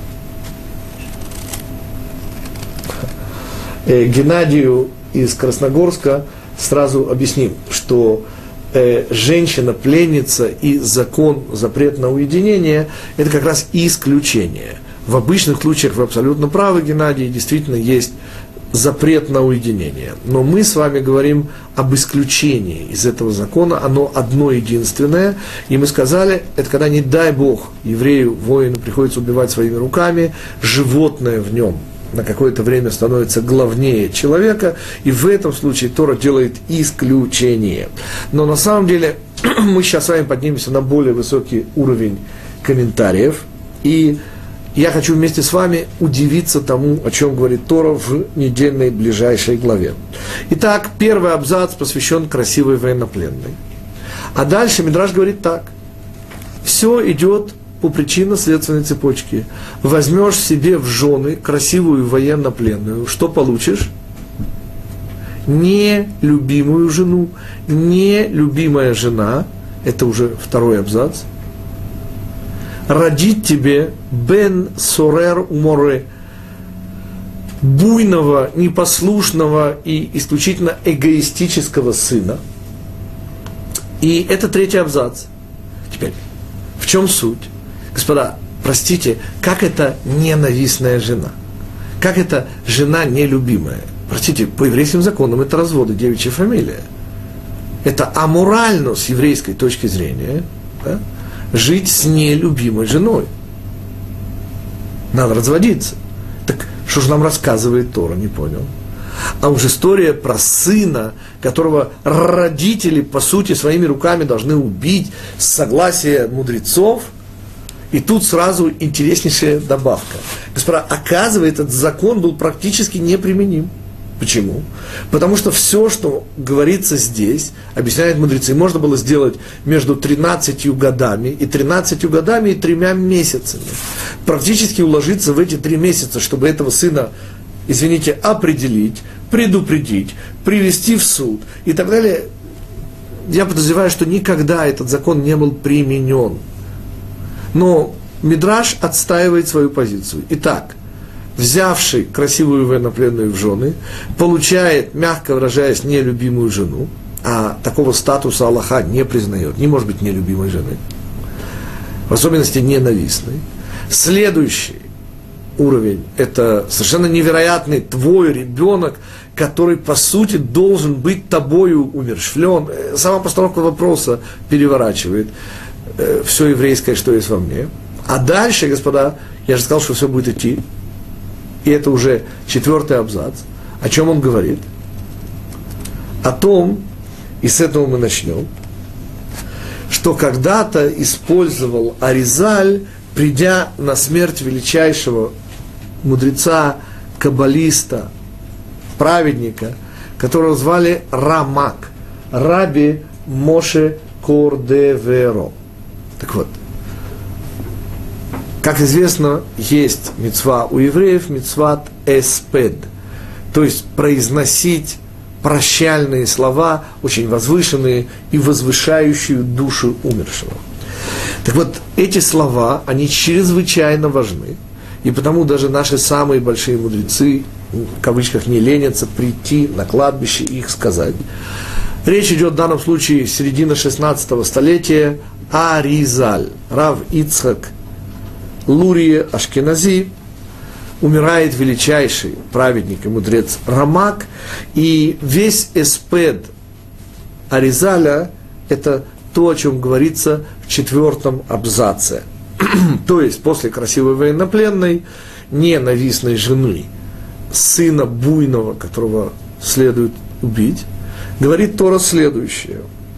Геннадию из Красногорска сразу объясним, что женщина-пленница и закон, запрет на уединение – это как раз исключение. В обычных случаях вы абсолютно правы, Геннадий, действительно есть запрет на уединение. Но мы с вами говорим об исключении из этого закона, оно одно единственное, и мы сказали, это когда, не дай Бог, еврею, воину приходится убивать своими руками, животное в нем на какое-то время становится главнее человека, и в этом случае Тора делает исключение. Но на самом деле мы сейчас с вами поднимемся на более высокий уровень комментариев, и я хочу вместе с вами удивиться тому, о чем говорит Тора в недельной ближайшей главе. Итак, первый абзац посвящен красивой военнопленной. А дальше Мидраш говорит так. Все идет по причинно-следственной цепочке возьмешь себе в жены красивую военнопленную, что получишь? Нелюбимую жену. Нелюбимая жена, это уже второй абзац, родит тебе бен сорер уморе, буйного, непослушного и исключительно эгоистического сына. И это третий абзац. Теперь, в чем суть? Господа, простите, как это ненавистная жена? Как это жена нелюбимая? Простите, по еврейским законам это разводы, девичья фамилия. Это аморально с еврейской точки зрения, да, жить с нелюбимой женой. Надо разводиться. Так что же нам рассказывает Тора, не понял? А уж история про сына, которого родители, по сути, своими руками должны убить с согласия мудрецов. И тут сразу интереснейшая добавка. Господа, оказывается, этот закон был практически неприменим. Почему? Потому что все, что говорится здесь, объясняют мудрецы, можно было сделать между 13 годами и 13 годами и 3 месяцами. Практически уложиться в эти 3 месяца, чтобы этого сына, извините, определить, предупредить, привести в суд и так далее. Я подозреваю, что никогда этот закон не был применен. Но Мидраш отстаивает свою позицию. Итак, взявший красивую военнопленную в жены, получает, мягко выражаясь, нелюбимую жену, а такого статуса Аллаха не признает, не может быть нелюбимой жены, в особенности ненавистной. Следующий уровень – это совершенно невероятный твой ребенок, который, по сути, должен быть тобою умерщвлен. Сама постановка вопроса переворачивает все еврейское, что есть во мне. А дальше, господа, я же сказал, что все будет идти. И это уже 4-й абзац. О чем он говорит? О том, и с этого мы начнем, что когда-то использовал Аризаль, придя на смерть величайшего мудреца, каббалиста, праведника, которого звали Рамак, Раби Моше Кордеверо. Так вот, как известно, есть мицва у евреев, мицват эспед, то есть произносить прощальные слова, очень возвышенные и возвышающие душу умершего. Так вот, эти слова, они чрезвычайно важны, и потому даже наши самые большие мудрецы, в кавычках, не ленятся прийти на кладбище и их сказать. Речь идет в данном случае середина 16 столетия, Аризаль, Рав Ицхак Лурия Ашкенази, умирает величайший праведник и мудрец Рамак, и весь эспед Аризаля – это то, о чем говорится в 4-м абзаце. То есть, после красивой военнопленной, ненавистной жены, сына буйного, которого следует убить, говорит Тора следующее.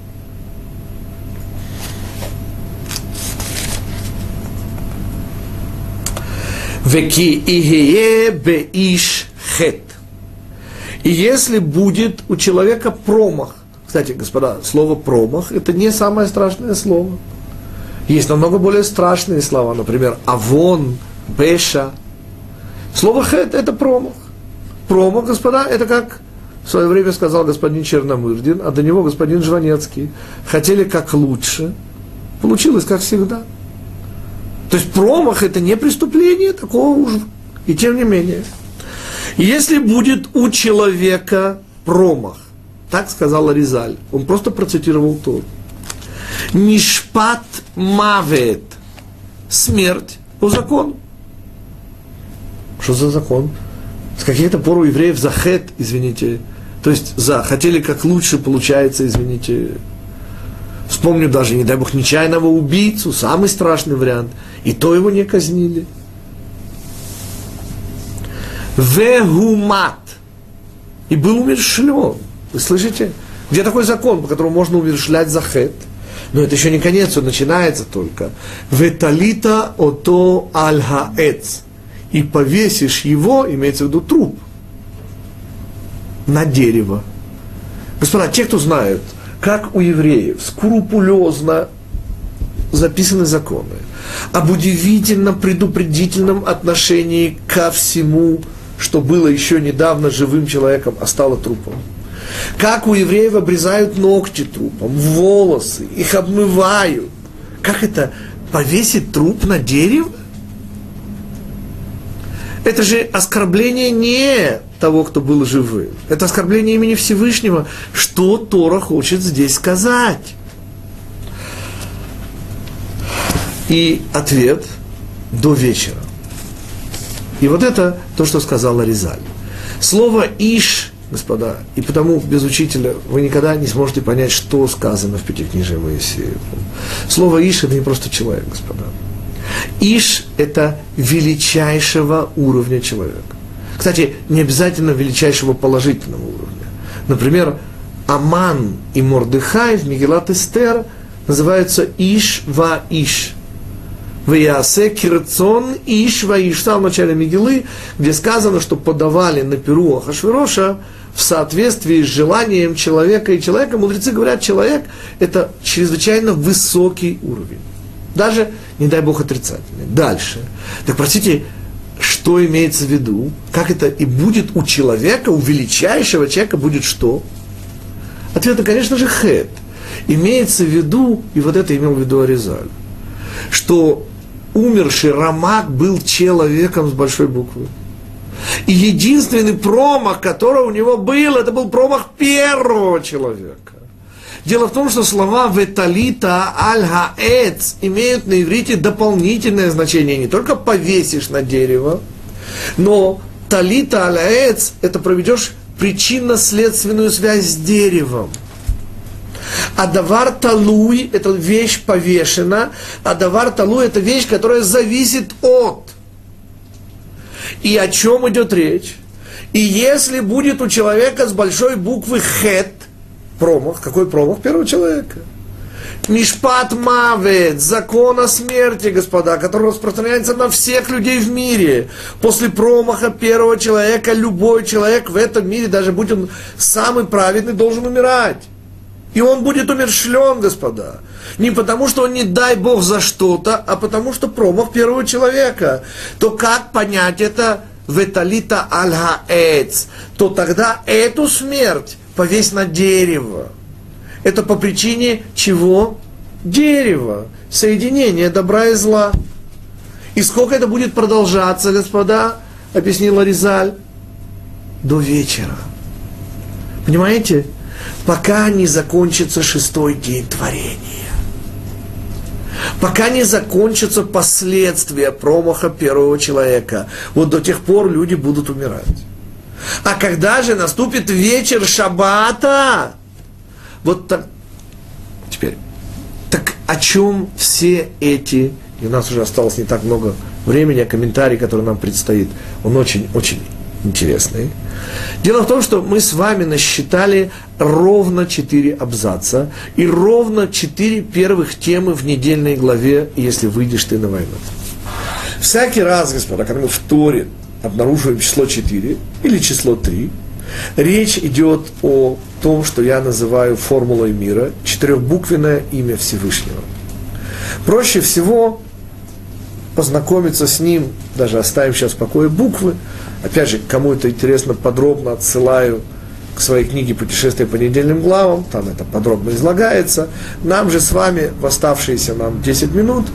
«Веки игее беиш хет». И если будет у человека промах, кстати, господа, слово «промах» – это не самое страшное слово. Есть намного более страшные слова, например, «авон», «беша». Слово «хет» – это промах. Промах, господа, это как в свое время сказал господин Черномырдин, а до него господин Жванецкий. Хотели как лучше, получилось как всегда. То есть промах – это не преступление такого уж, и тем не менее. Если будет у человека промах, так сказал Аризаль, он просто процитировал Тору. Нишпат мавет, смерть по закону. Что за закон? С каких-то пор у евреев за хет, извините, то есть за хотели как лучше, получается, извините. Вспомню даже, не дай бог, нечаянного убийцу, самый страшный вариант, и то его не казнили. Вегумат, и был умерщвлен. Вы слышите? Где такой закон, по которому можно умерщвлять за хет? Но это еще не конец, он начинается только. Веталита ото аль-хаэц. И повесишь его, имеется в виду труп, на дерево. Господа, те, кто знают, как у евреев скрупулезно записаны законы, об удивительном предупредительном отношении ко всему, что было еще недавно живым человеком, а стало трупом. Как у евреев обрезают ногти трупом, волосы, их обмывают. Как это, повесить труп на дерево? Это же оскорбление не того, кто был живым. Это оскорбление имени Всевышнего. Что Тора хочет здесь сказать? И ответ – до вечера. И вот это то, что сказал Аризаль. Слово «иш», господа, и потому без учителя вы никогда не сможете понять, что сказано в Пятикнижии Моисея. Слово «иш» – это не просто человек, господа. Иш – это величайшего уровня человека. Кстати, не обязательно величайшего положительного уровня. Например, Аман и Мордехай в Мегилат Эстер называются Иш ва Иш. Ваясе кирцон Иш ва Иш. В самом начале Мегилы, где сказано, что подавали на перу Ахашвероша в соответствии с желанием человека и человека. Мудрецы говорят, человек – это чрезвычайно высокий уровень. Даже, не дай Бог, отрицательный. Дальше. Так, простите, что имеется в виду? Как это и будет у человека, у величайшего человека будет что? Ответ, конечно же, хэт. Имеется в виду, и вот это имел в виду Аризаль, что умерший Рамак был человеком с большой буквы. И единственный промах, который у него был, это был промах первого человека. Дело в том, что слова «веталита аль-хаэц» имеют на иврите дополнительное значение. Не только повесишь на дерево, но «талита аль-хаэц» – это проведешь причинно-следственную связь с деревом. А давар талуй – это вещь повешена, а давар талуй – это вещь, которая зависит от. И о чем идет речь? И если будет у человека с большой буквы «хет», промах. Какой промах первого человека? Мишпат мавет, закон о смерти, господа, который распространяется на всех людей в мире. После промаха первого человека любой человек в этом мире, даже будь он самый праведный, должен умирать. И он будет умерщвлен, господа. Не потому, что он не дай Бог за что-то, а потому, что промах первого человека. То как понять это «веталита аль-хаэц»? То тогда эту смерть повесь на дерево. Это по причине чего? Дерева. Соединение добра и зла. И сколько это будет продолжаться, господа? Объяснил Аризаль. До вечера. Понимаете? Пока не закончится 6-й день творения. Пока не закончатся последствия промаха первого человека. Вот до тех пор люди будут умирать. А когда же наступит вечер шаббата? Вот так. Теперь. Так о чем все эти, и у нас уже осталось не так много времени, а комментарий, который нам предстоит, он очень-очень интересный. Дело в том, что мы с вами насчитали ровно 4 абзаца и ровно 4 первых темы в недельной главе «Если выйдешь ты на войну». Всякий раз, господа, когда мы в Торе обнаруживаем число 4 или число 3, речь идет о том, что я называю формулой мира, 4-буквенное имя Всевышнего. Проще всего познакомиться с ним, даже оставим сейчас в покое буквы. Опять же, кому это интересно, подробно отсылаю к своей книге «Путешествие по недельным главам», там это подробно излагается. Нам же с вами в оставшиеся нам 10 минут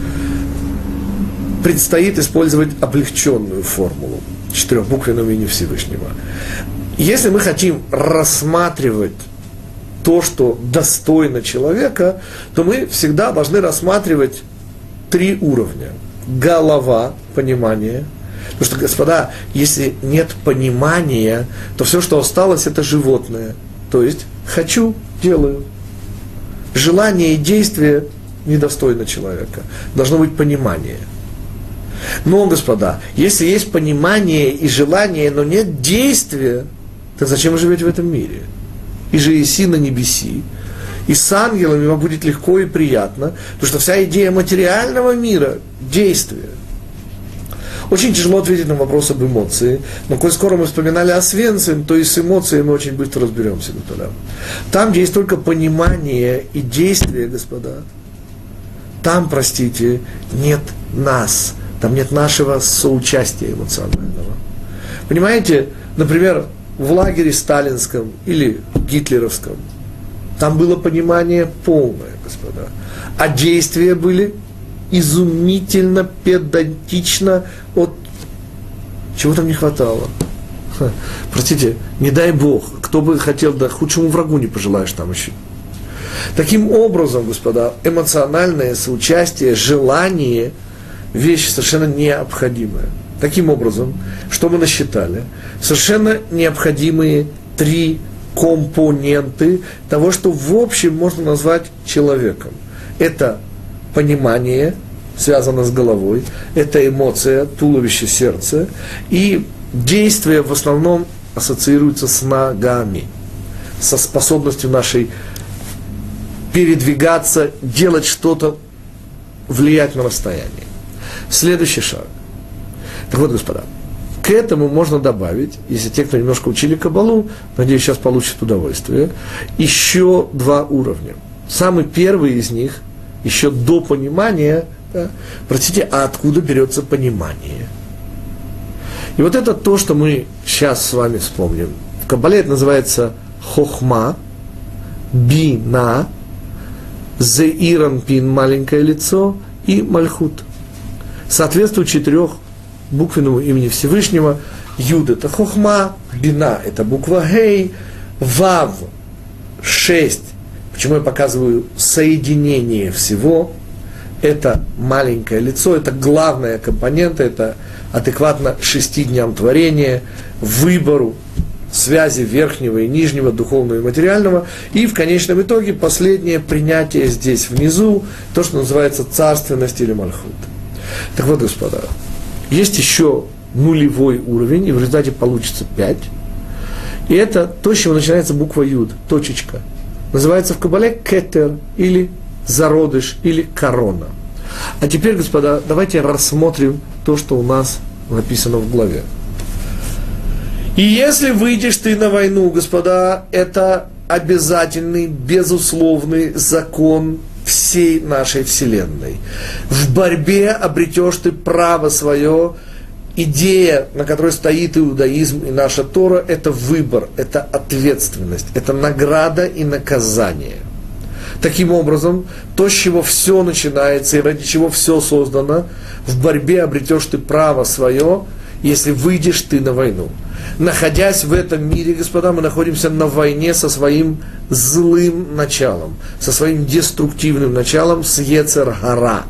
предстоит использовать облегченную формулу 4-буквенного имени Всевышнего. Если мы хотим рассматривать то, что достойно человека, то мы всегда должны рассматривать 3 уровня. Голова, понимание. Потому что, господа, если нет понимания, то все, что осталось, это животное. То есть, хочу, делаю. Желание и действие недостойно человека. Должно быть понимание. Но, господа, если есть понимание и желание, но нет действия, то зачем вы живете в этом мире? И же еси на небеси, и с ангелами вам будет легко и приятно, потому что вся идея материального мира – действие. Очень тяжело ответить на вопрос об эмоции, но коль скоро мы вспоминали о Освенцим, то и с эмоциями мы очень быстро разберемся. Там, где есть только понимание и действие, господа, там, простите, нет нас, там нет нашего соучастия эмоционального. Понимаете, например, в лагере сталинском или гитлеровском там было понимание полное, господа, а действия были изумительно, педантично, от чего там не хватало. Простите, не дай Бог, кто бы хотел, да худшему врагу не пожелаешь там еще. Таким образом, господа, эмоциональное соучастие, желание – вещь совершенно необходимая. Таким образом, что мы насчитали? Совершенно необходимые 3 компоненты того, что в общем можно назвать человеком. Это понимание, связано с головой, это эмоция, туловище, сердце, и действие в основном ассоциируется с ногами, со способностью нашей передвигаться, делать что-то, влиять на расстояние. Следующий шаг. Так вот, господа, к этому можно добавить, если те, кто немножко учили Каббалу, надеюсь, сейчас получат удовольствие, еще 2 уровня. Самый первый из них, еще до понимания, да, простите, а откуда берется понимание? И вот это то, что мы сейчас с вами вспомним. В Каббале это называется хохма, бина, зеиран пин, маленькое лицо, и мальхут. Соответствует 4-буквенному имени Всевышнего. Юд – это хохма, бина – это буква гей, вав – 6. Почему я показываю соединение всего? Это маленькое лицо, это главная компонента, это адекватно 6 дням творения, выбору связи верхнего и нижнего, духовного и материального, и в конечном итоге последнее принятие здесь внизу, то, что называется царственность или мальхут. Так вот, господа, есть еще нулевой уровень, и в результате получится 5, и это то, с чего начинается буква Юд, точечка. Называется в Каббале кетер, или зародыш, или корона. А теперь, господа, давайте рассмотрим то, что у нас написано в главе. И если выйдешь ты на войну, господа, это обязательный, безусловный закон всей нашей вселенной. В борьбе обретешь ты право свое. Идея, на которой стоит иудаизм и наша Тора, это выбор, это ответственность, это награда и наказание. Таким образом, то, с чего все начинается и ради чего все создано, в борьбе обретешь ты право свое, если выйдешь ты на войну. Находясь в этом мире, господа, мы находимся на войне со своим злым началом, со своим деструктивным началом, с Йецер Гара.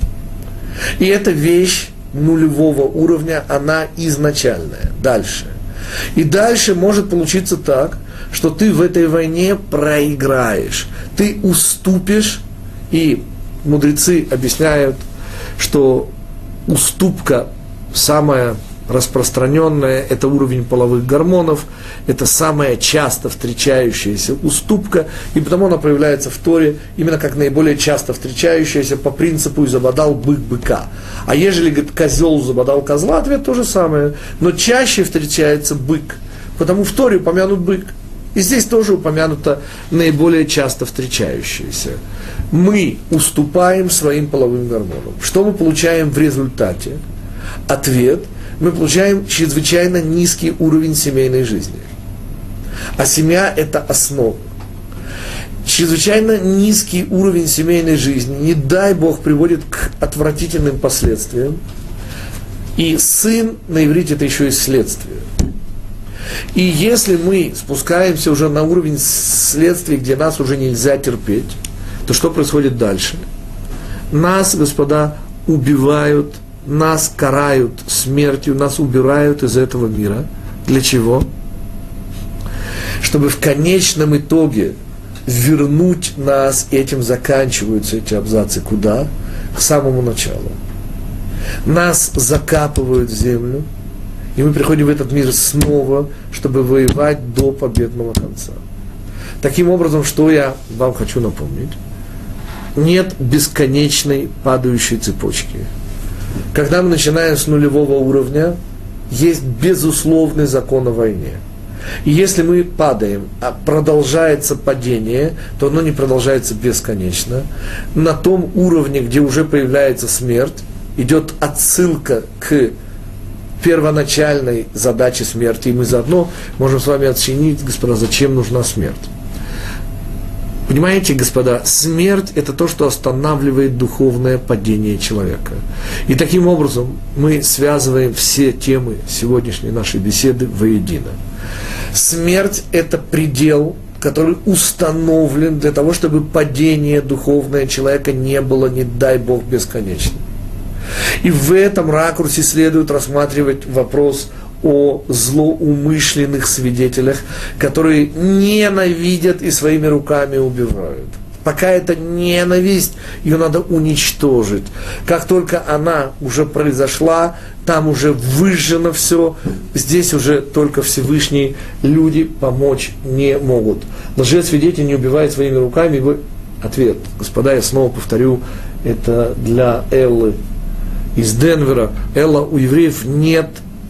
И эта вещь нулевого уровня, она изначальная. Дальше. И дальше может получиться так, что ты в этой войне проиграешь, ты уступишь, и мудрецы объясняют, что уступка самая распространенная, это уровень половых гормонов, это самая часто встречающаяся уступка, и потому она проявляется в Торе именно как наиболее часто встречающаяся по принципу «и забодал бык быка». А ежели, говорит, козел забодал козла, ответ то же самое, но чаще встречается бык, потому в Торе упомянут бык. И здесь тоже упомянуто наиболее часто встречающееся. Мы уступаем своим половым гормонам. Что мы получаем в результате? Ответ – мы получаем чрезвычайно низкий уровень семейной жизни. А семья – это основа. Чрезвычайно низкий уровень семейной жизни, не дай Бог, приводит к отвратительным последствиям. И сын, на иврите, это еще и следствие. И если мы спускаемся уже на уровень следствий, где нас уже нельзя терпеть, то что происходит дальше? Нас, господа, убивают, нас карают смертью, нас убирают из этого мира. Для чего? Чтобы в конечном итоге вернуть нас, и этим заканчиваются эти абзацы, куда? К самому началу. Нас закапывают в землю, и мы приходим в этот мир снова, чтобы воевать до победного конца. Таким образом, что я вам хочу напомнить? Нет бесконечной падающей цепочки. Когда мы начинаем с нулевого уровня, есть безусловный закон о войне. И если мы падаем, а продолжается падение, то оно не продолжается бесконечно. На том уровне, где уже появляется смерть, идет отсылка к первоначальной задаче смерти. И мы заодно можем с вами оценить, господа, зачем нужна смерть. Понимаете, господа, смерть – это то, что останавливает духовное падение человека. И таким образом мы связываем все темы сегодняшней нашей беседы воедино. Смерть – это предел, который установлен для того, чтобы падение духовное человека не было, не дай Бог, бесконечным. И в этом ракурсе следует рассматривать вопрос о злоумышленных свидетелях, которые ненавидят и своими руками убивают. Пока это ненависть, ее надо уничтожить. Как только она уже произошла, там уже выжжено все, здесь уже только Всевышние люди помочь не могут. Лжесвидетель не убивает своими руками. Ответ, господа, я снова повторю, это для Эллы из Денвера. Элла, у евреев нет,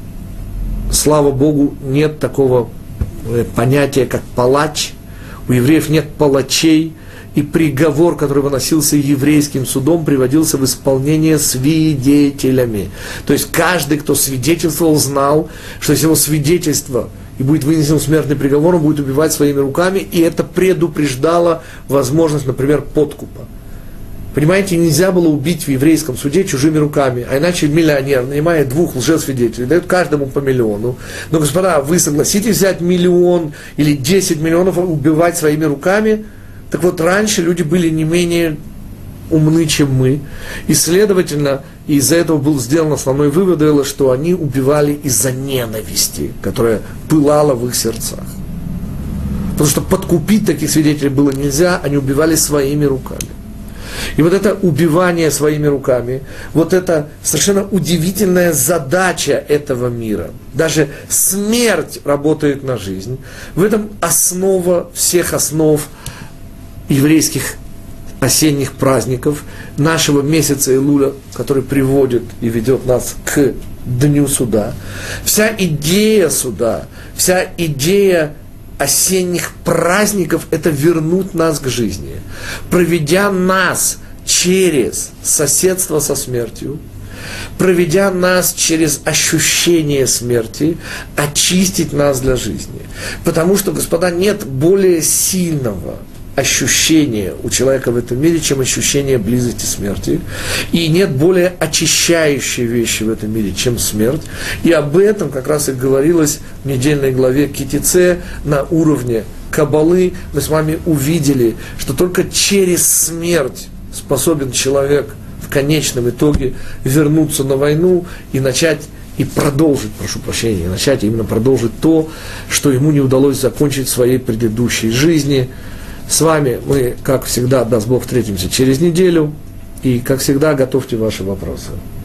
слава Богу, нет такого понятия, как палач. У евреев нет палачей. И приговор, который выносился еврейским судом, приводился в исполнение свидетелями. То есть каждый, кто свидетельствовал, знал, что если его свидетельство и будет вынесен смертный приговор, он будет убивать своими руками, и это предупреждало возможность, например, подкупа. Понимаете, нельзя было убить в еврейском суде чужими руками, а иначе миллионер нанимает 2 лжесвидетелей, дает каждому по миллиону. Но, господа, вы согласитесь взять 1 миллион или 10 миллионов убивать своими руками? Так вот, раньше люди были не менее умны, чем мы, и, следовательно, из-за этого был сделан основной вывод, что они убивали из-за ненависти, которая пылала в их сердцах. Потому что подкупить таких свидетелей было нельзя, они убивали своими руками. И вот это убивание своими руками, вот это совершенно удивительная задача этого мира. Даже смерть работает на жизнь. В этом основа всех основ еврейских осенних праздников, нашего месяца Илуля, который приводит и ведет нас к Дню Суда. Вся идея суда, вся идея осенних праздников – это вернуть нас к жизни. Проведя нас через соседство со смертью, проведя нас через ощущение смерти, очистить нас для жизни. Потому что, господа, нет более сильного ощущение у человека в этом мире, чем ощущение близости смерти. И нет более очищающей вещи в этом мире, чем смерть. И об этом как раз и говорилось в недельной главе Китице на уровне Каббалы. Мы с вами увидели, что только через смерть способен человек в конечном итоге вернуться на войну и начать и продолжить, прошу прощения, начать именно продолжить то, что ему не удалось закончить в своей предыдущей жизни. С вами мы, как всегда, даст Бог, встретимся через неделю. И, как всегда, готовьте ваши вопросы.